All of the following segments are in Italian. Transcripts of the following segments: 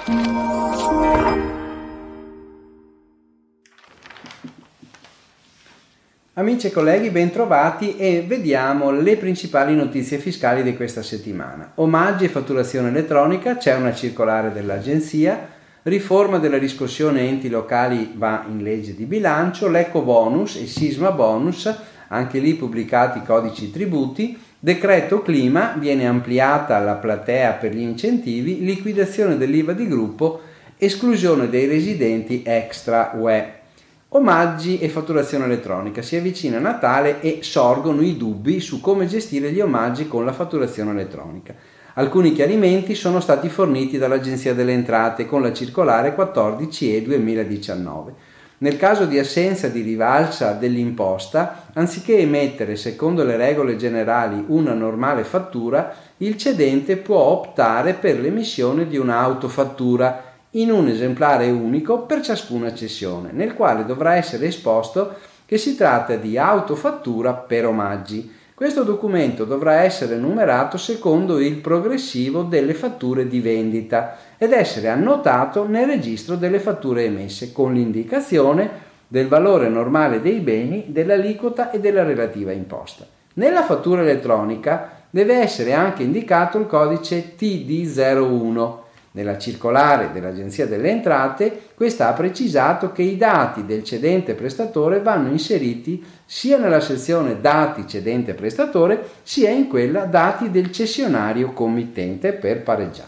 Amici e colleghi, bentrovati e vediamo le principali notizie fiscali di questa settimana. Omaggi e fatturazione elettronica, c'è una circolare dell'agenzia, riforma della riscossione enti locali va in legge di bilancio, l'eco bonus e sisma bonus, anche lì pubblicati codici tributi, decreto clima, viene ampliata la platea per gli incentivi, liquidazione dell'IVA di gruppo, esclusione dei residenti extra UE. Omaggi e fatturazione elettronica. Si avvicina Natale e sorgono i dubbi su come gestire gli omaggi con la fatturazione elettronica. Alcuni chiarimenti sono stati forniti dall'Agenzia delle Entrate con la circolare 14E 2019. Nel caso di assenza di rivalsa dell'imposta, anziché emettere secondo le regole generali una normale fattura, il cedente può optare per l'emissione di un'autofattura in un esemplare unico per ciascuna cessione, nel quale dovrà essere esposto che si tratta di autofattura per omaggi. Questo documento dovrà essere numerato secondo il progressivo delle fatture di vendita ed essere annotato nel registro delle fatture emesse con l'indicazione del valore normale dei beni, dell'aliquota e della relativa imposta. Nella fattura elettronica deve essere anche indicato il codice TD01. Nella circolare dell'Agenzia delle Entrate, questa ha precisato che i dati del cedente prestatore vanno inseriti sia nella sezione dati cedente prestatore, sia in quella dati del cessionario committente per pareggiare.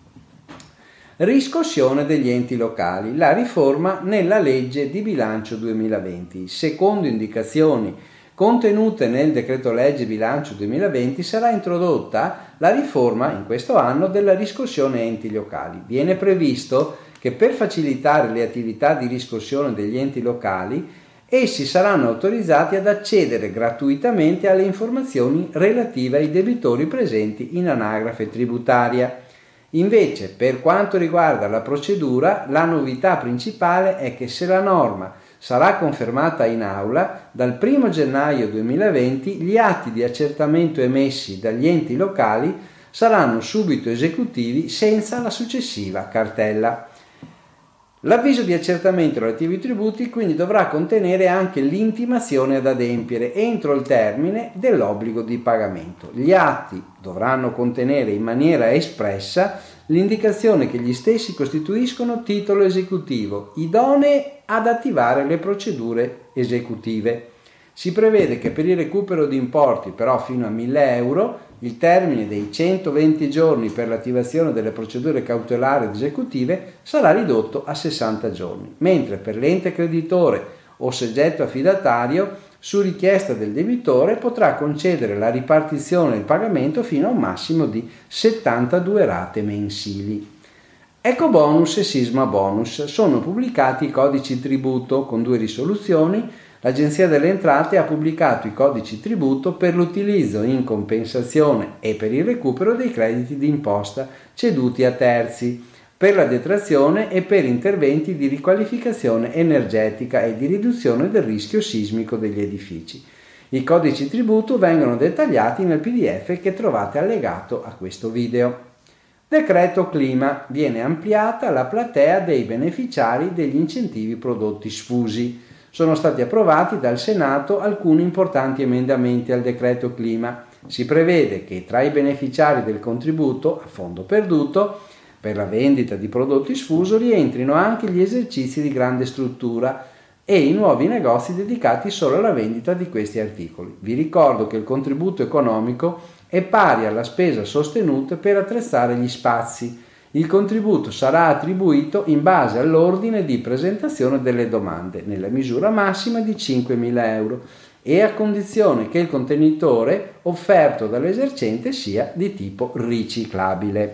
Riscossione degli enti locali, la riforma nella legge di bilancio 2020. Secondo indicazioni contenute nel decreto legge bilancio 2020 sarà introdotta la riforma in questo anno della riscossione enti locali. Viene previsto che per facilitare le attività di riscossione degli enti locali essi saranno autorizzati ad accedere gratuitamente alle informazioni relative ai debitori presenti in anagrafe tributaria. Invece, per quanto riguarda la procedura, la novità principale è che se la norma sarà confermata in aula, dal 1 gennaio 2020 gli atti di accertamento emessi dagli enti locali saranno subito esecutivi senza la successiva cartella. L'avviso di accertamento relativo ai tributi quindi dovrà contenere anche l'intimazione ad adempiere entro il termine dell'obbligo di pagamento. Gli atti dovranno contenere in maniera espressa l'indicazione che gli stessi costituiscono titolo esecutivo, idonee ad attivare le procedure esecutive. Si prevede che per il recupero di importi però fino a 1.000 euro il termine dei 120 giorni per l'attivazione delle procedure cautelari ed esecutive sarà ridotto a 60 giorni, mentre per l'ente creditore o soggetto affidatario su richiesta del debitore potrà concedere la ripartizione del pagamento fino a un massimo di 72 rate mensili. Eco bonus e sisma bonus sono pubblicati i codici tributo con 2 risoluzioni. L'Agenzia delle Entrate ha pubblicato i codici tributo per l'utilizzo in compensazione e per il recupero dei crediti d'imposta ceduti a terzi, per la detrazione e per interventi di riqualificazione energetica e di riduzione del rischio sismico degli edifici. I codici tributo vengono dettagliati nel PDF che trovate allegato a questo video. Decreto clima, viene ampliata la platea dei beneficiari degli incentivi prodotti sfusi. Sono stati approvati dal Senato alcuni importanti emendamenti al decreto clima. Si prevede che tra i beneficiari del contributo a fondo perduto per la vendita di prodotti sfuso rientrino anche gli esercizi di grande struttura e i nuovi negozi dedicati solo alla vendita di questi articoli. Vi ricordo che il contributo economico è pari alla spesa sostenuta per attrezzare gli spazi. Il contributo sarà attribuito in base all'ordine di presentazione delle domande, nella misura massima di 5.000 euro e a condizione che il contenitore offerto dall'esercente sia di tipo riciclabile.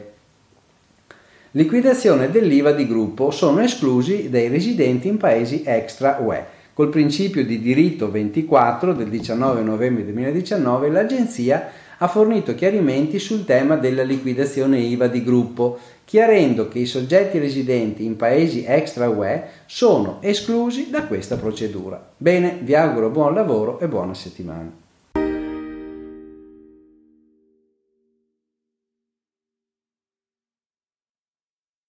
Liquidazione dell'IVA di gruppo, sono esclusi dai residenti in paesi extra UE. Col principio di diritto 24 del 19 novembre 2019 l'Agenzia ha fornito chiarimenti sul tema della liquidazione IVA di gruppo, chiarendo che i soggetti residenti in paesi extra UE sono esclusi da questa procedura. Bene, vi auguro buon lavoro e buona settimana.